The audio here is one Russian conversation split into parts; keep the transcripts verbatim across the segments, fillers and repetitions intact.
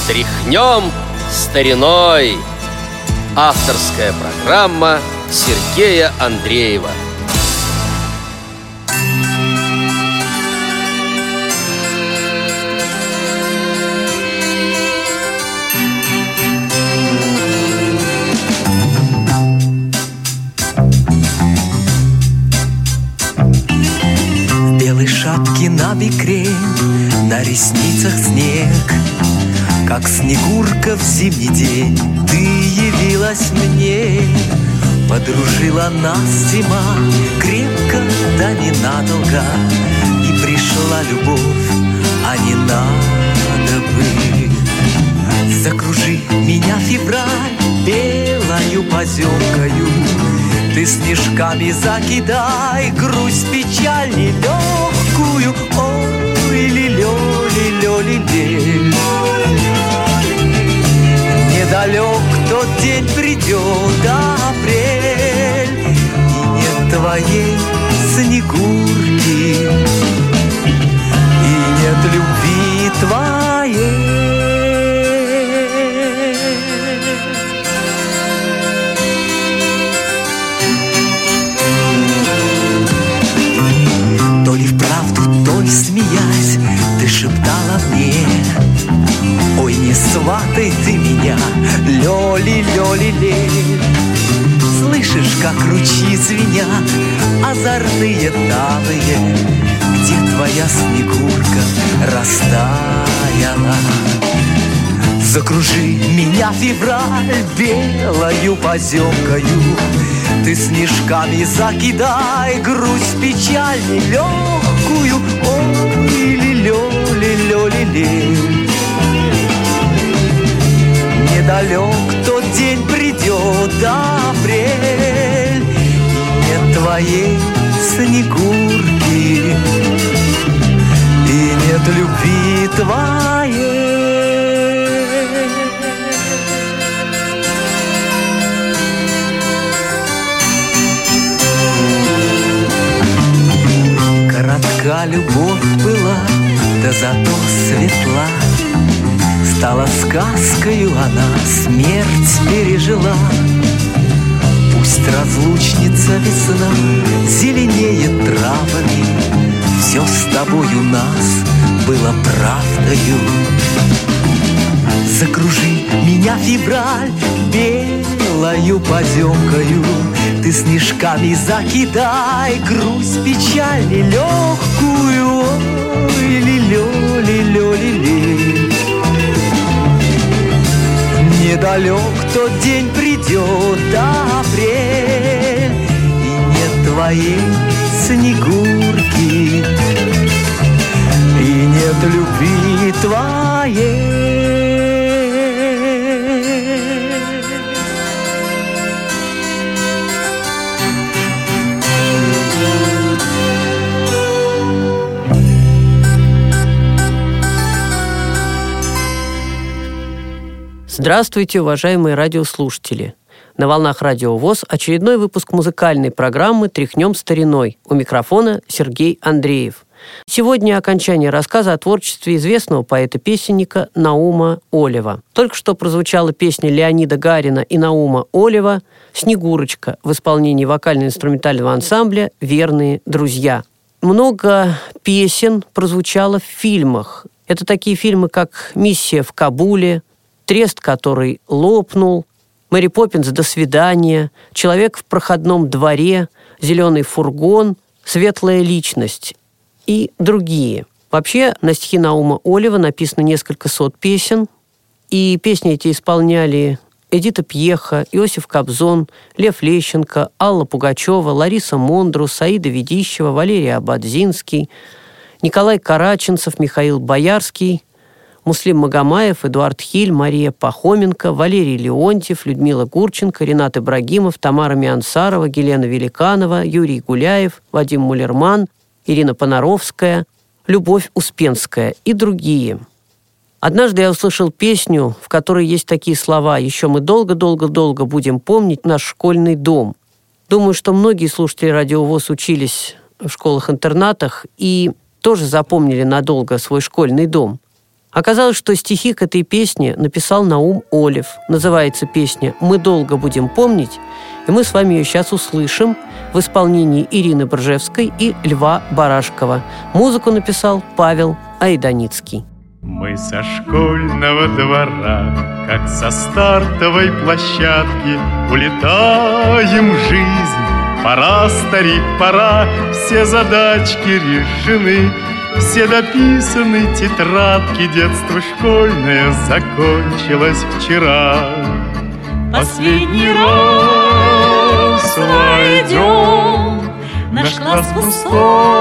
Тряхнем стариной. Авторская программа Сергея Андреева. В белой шапке на бекрень, на ресницах снег. Как снегурка в зимний день ты явилась мне. Подружила нас зима крепко, да ненадолго. И пришла любовь, а не надо бы. Закружи меня, февраль, белою поземкою. Ты снежками закидай грусть, печаль нелегкую. Ой, лилё, лилё, лилель. Недалек тот день придет, апрель, и нет твоей снегурки, и нет любви твоей. То ли вправду, то ли смеясь, ты шептала мне: ой, не сватай ты меня, лёли, лёли, лель. Слышишь, как ручьи звенят, озорные талые, где твоя снегурка растаяла. Закружи меня, февраль, белою поземкою. Ты снежками закидай грусть, печаль нелегкую. Ой, лилё, лилё, лилель. Недалек тот день придет, апрель, и нет твоей снегурки, и нет любви твоей. Коротка любовь была, да зато светла. Стала сказкою она, смерть пережила. Пусть разлучница весна зеленеет травами, все с тобою нас было правдою. Закружи меня, февраль, белою поземкою. Ты снежками закидай грусть, печаль нелегкую. Ой, лилё, лилё, лилель. Недалек тот день придет, апрель, и нет твоей снегурки, и нет любви твоей. Здравствуйте, уважаемые радиослушатели! На волнах Радио ВОС очередной выпуск музыкальной программы «Тряхнем стариной». У микрофона Сергей Андреев. Сегодня окончание рассказа о творчестве известного поэта-песенника Наума Олева. Только что прозвучала песня Леонида Гарина и Наума Олева «Снегурочка» в исполнении вокально-инструментального ансамбля «Верные друзья». Много песен прозвучало в фильмах. Это такие фильмы, как «Миссия в Кабуле», «Трест, который лопнул», «Мэри Поппинс. До свидания», «Человек в проходном дворе», «Зеленый фургон», «Светлая личность» и другие. Вообще, на стихи Наума Олева написано несколько сот песен, и песни эти исполняли Эдита Пьеха, Иосиф Кобзон, Лев Лещенко, Алла Пугачева, Лариса Мондрус, Аида Ведищева, Валерий Ободзинский, Николай Караченцев, Михаил Боярский, Муслим Магомаев, Эдуард Хиль, Мария Пахоменко, Валерий Леонтьев, Людмила Гурченко, Ренат Ибрагимов, Тамара Миансарова, Елена Великанова, Юрий Гуляев, Вадим Мулерман, Ирина Понаровская, Любовь Успенская и другие. Однажды я услышал песню, в которой есть такие слова: «Еще мы долго-долго-долго будем помнить наш школьный дом». Думаю, что многие слушатели Радио ВОС учились в школах-интернатах и тоже запомнили надолго свой школьный дом. Оказалось, что стихи к этой песне написал Наум Олев. Называется песня «Мы долго будем помнить», и мы с вами ее сейчас услышим в исполнении Ирины Бржевской и Льва Барашкова. Музыку написал Павел Айданицкий. Мы со школьного двора, как со стартовой площадки, улетаем в жизнь. Пора, старик, пора, все задачки решены, все дописаны тетрадки, детство школьное закончилось вчера. Последний раз войдем, наш класс пустой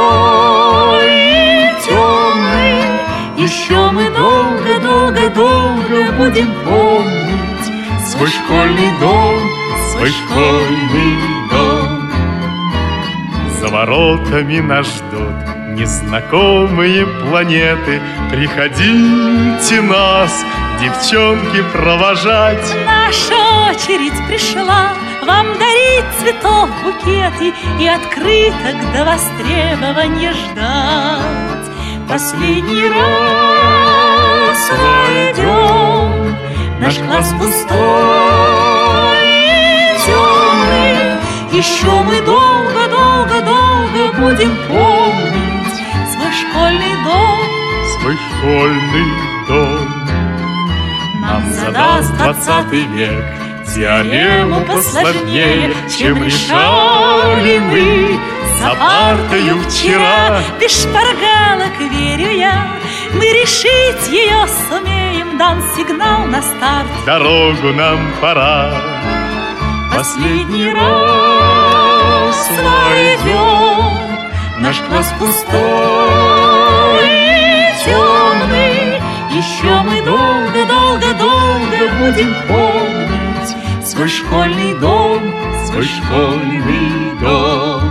и темный. Еще мы долго-долго-долго будем помнить свой школьный дом, свой школьный дом. За воротами нас ждут незнакомые планеты. Приходите нас, девчонки, провожать. Наша очередь пришла вам дарить цветов букеты и открыток до востребования ждать. Последний раз войдем, наш класс пустой и темный. Еще мы долго-долго-долго будем помнить свой школьный дом, свой школьный дом. Нам задаст двадцатый век теорему посложнее, чем решали мы за партою вчера. Без шпаргалок, верю я, мы решить ее сумеем. Дан сигнал на старт, дорогу нам пора. Последний раз войдем, наш класс пустой и темный. Еще мы долго-долго-долго будем помнить свой школьный дом, свой школьный дом.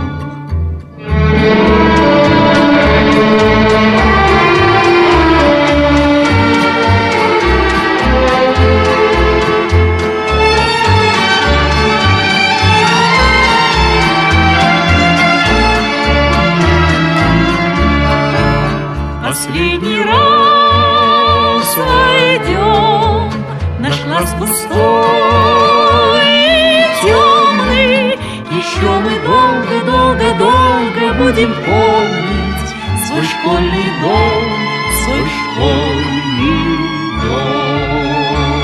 Последний раз войдем, наш класс пустой и темный. Еще мы долго-долго-долго будем помнить свой школьный дом, свой школьный дом.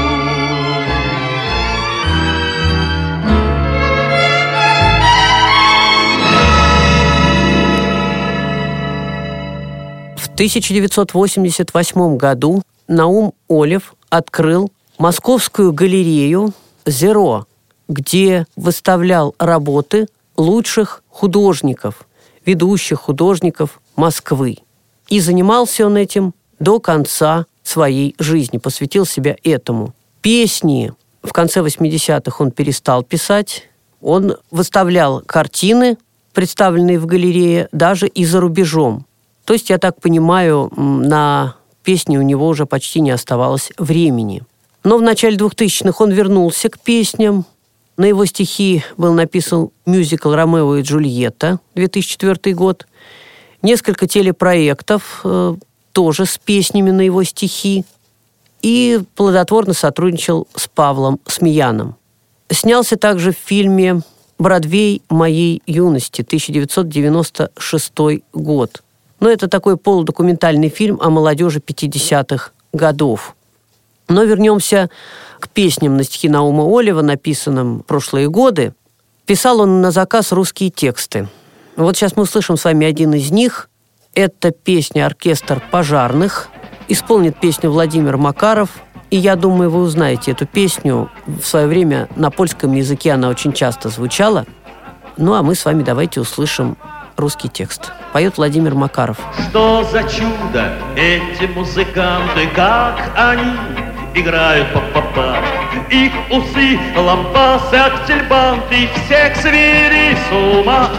В тысяча девятьсот восемьдесят восьмом году Наум Олев открыл Московскую галерею «Зеро», где выставлял работы лучших художников, ведущих художников Москвы. И занимался он этим до конца своей жизни, посвятил себя этому. Песни в конце восьмидесятых он перестал писать. Он выставлял картины, представленные в галерее, даже и за рубежом. То есть, я так понимаю, на песни у него уже почти не оставалось времени. Но в начале двухтысячных он вернулся к песням. На его стихи был написан мюзикл «Ромео и Джульетта», две тысячи четвёртый год. Несколько телепроектов э, тоже с песнями на его стихи. И плодотворно сотрудничал с Павлом Смеяном. Снялся также в фильме «Бродвей моей юности», тысяча девятьсот девяносто шестой год. Но это такой полудокументальный фильм о молодежи пятидесятых годов. Но вернемся к песням на стихи Наума Олева, написанным в прошлые годы. Писал он на заказ русские тексты. Вот сейчас мы услышим с вами один из них. Это песня «Оркестр пожарных». Исполнит песню Владимир Макаров. И я думаю, вы узнаете эту песню. В свое время на польском языке она очень часто звучала. Ну, а мы с вами давайте услышим русский текст. Поет Владимир Макаров. Что за чудо эти музыканты, как они играют па-па-па. Их усы, лампасы, актельбанты всех свели с ума.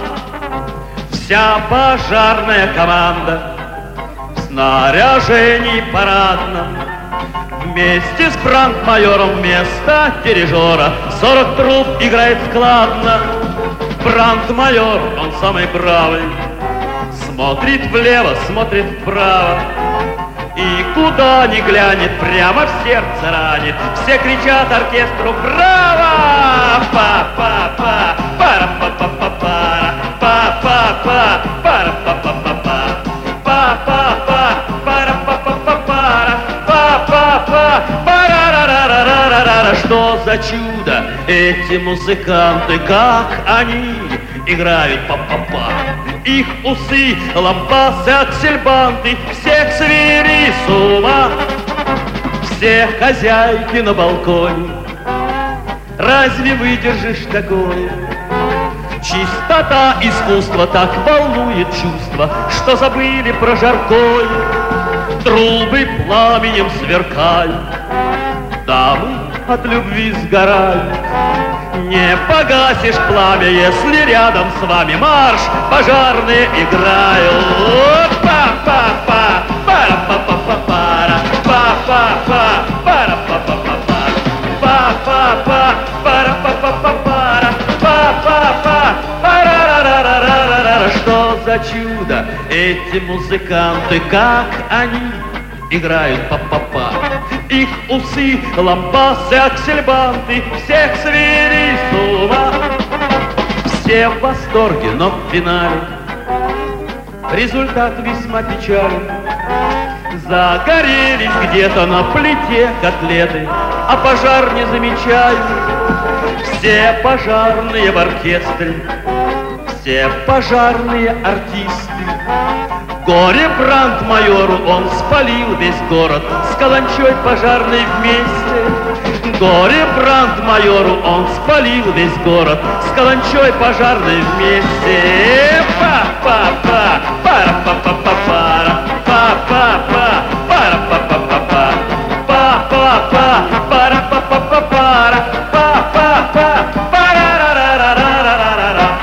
Вся пожарная команда в снаряжении парадном, вместе с брандмайором вместо дирижера сорок труб играет складно. Брандмайор, он самый бравый, смотрит влево, смотрит вправо И куда ни глянет, прямо в сердце ранит. Все кричат оркестру «Браво!» Па-па-па, пара-па-па-па-пара, па-па-па, пара-па-па-па-па, па-па-па, пара-па-па-па-пара, па-па-па, пара-ра-ра-ра-ра-ра-ра. Что за чудо эти музыканты, как они играют па-па-па. Их усы, лампасы, аксельбанты всех свели с ума. Все хозяйки на балконе, разве выдержишь такое? Чистота искусства так волнует чувства, что забыли про жаркое. Трубы пламенем сверкают, дамы от любви сгорают. Не погасишь пламя, если рядом с вами марш пожарные играют. Па-па-па, пара-па-па-па-пара, па-па-па, пара-па-па-па-пара, па-па-па, пара-па-па-па-пара, па-па-па, пара-ра-ра-ра-ра-ра. Что за чудо эти музыканты, как они играют па-па-па. Их усы, лампасы, аксельбанты всех свели с ума. Все в восторге, но в финале результат весьма печален. Загорелись где-то на плите котлеты, а пожар не замечают. Все пожарные в оркестре, все пожарные артисты. Горе-брандмайору он спалил весь город с каланчой пожарной вместе. Горе-брандмайору он спалил весь город с каланчой пожарной вместе. Па-па-па, пара-па-па-па-пара, па-па-па, пара-па-па-па-па, па-па-па, пара-па-па-па-пара, па-па-па, пара-ра-ра-ра-ра-ра-ра-ра.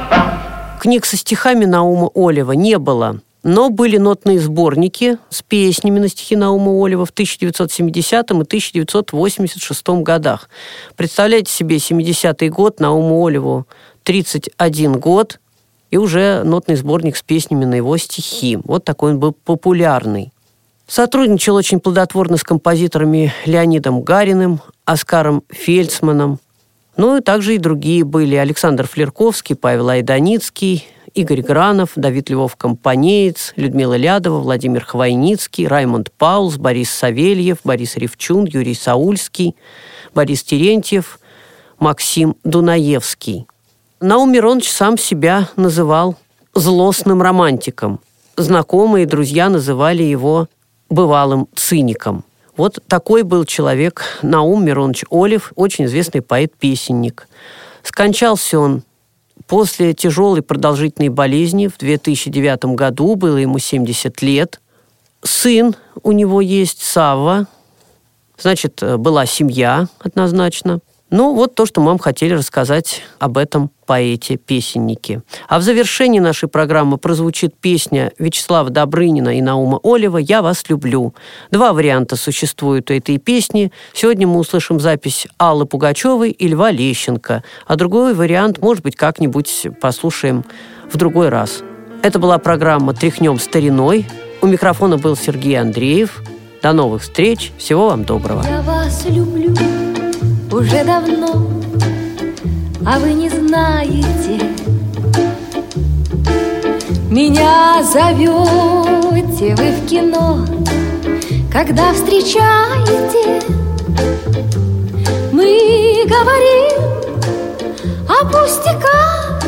Книг со стихами Наума Олева не было. Но были нотные сборники с песнями на стихи Наума Олева в тысяча девятьсот семидесятом и тысяча девятьсот восемьдесят шестом годах. Представляете себе, семидесятый год, Науму Олеву тридцать один год, и уже нотный сборник с песнями на его стихи. Вот такой он был популярный. Сотрудничал очень плодотворно с композиторами Леонидом Гариным, Оскаром Фельдсманом. Ну и также и другие были: Александр Флерковский, Павел Айданицкий, Игорь Гранов, Давид Львов-Компанеец, Людмила Лядова, Владимир Хвойницкий, Раймонд Паулс, Борис Савельев, Борис Ревчун, Юрий Саульский, Борис Терентьев, Максим Дунаевский. Наум Миронович сам себя называл злостным романтиком. Знакомые и друзья называли его бывалым циником. Вот такой был человек Наум Миронович Олев, очень известный поэт-песенник. Скончался он после тяжелой продолжительной болезни в две тысячи девятом году, было ему семьдесят лет. Сын у него есть, Савва. Значит, была семья однозначно. Ну, вот то, что мы вам хотели рассказать об этом поэте-песеннике. А в завершении нашей программы прозвучит песня Вячеслава Добрынина и Наума Олева «Я вас люблю». Два варианта существуют у этой песни. Сегодня мы услышим запись Аллы Пугачевой и Льва Лещенко. А другой вариант, может быть, как-нибудь послушаем в другой раз. Это была программа «Тряхнем стариной». У микрофона был Сергей Андреев. До новых встреч. Всего вам доброго. Я вас люблю уже давно, а вы не знаете. Меня зовете вы в кино, когда встречаете. Мы говорим о пустяках,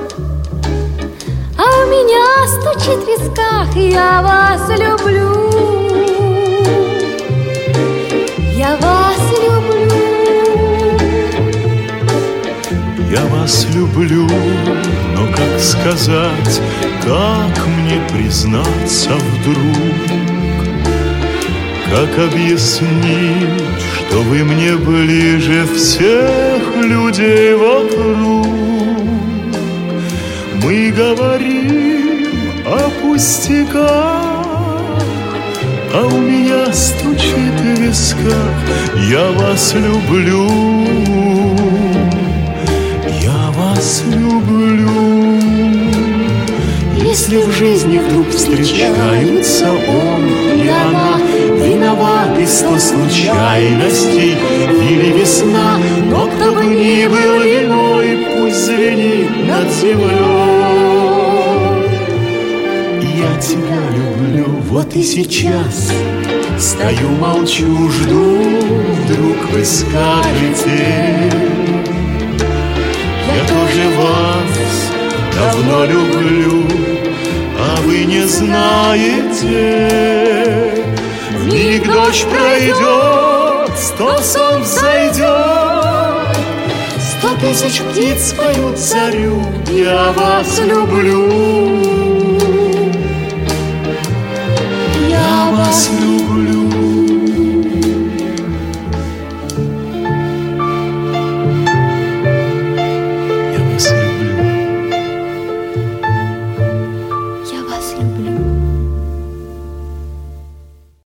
а у меня стучит в висках. Я вас люблю, я вас люблю. Я вас люблю, но как сказать, как мне признаться вдруг? Как объяснить, что вы мне ближе всех людей вокруг? Мы говорим о пустяках, а у меня стучит в висках. Я вас люблю, я вас люблю. Если в жизни вдруг встречаются он и она, случайностей или весна, но кто бы ни был виной, пусть звенит над землей. Я тебя люблю, вот и сейчас стою, молчу, жду, вдруг вы скажете: я тоже вас давно люблю, а вы не знаете. В миг дождь пройдет, сто солнц взойдет, сто тысяч птиц поют царю: я вас люблю, я вас люблю.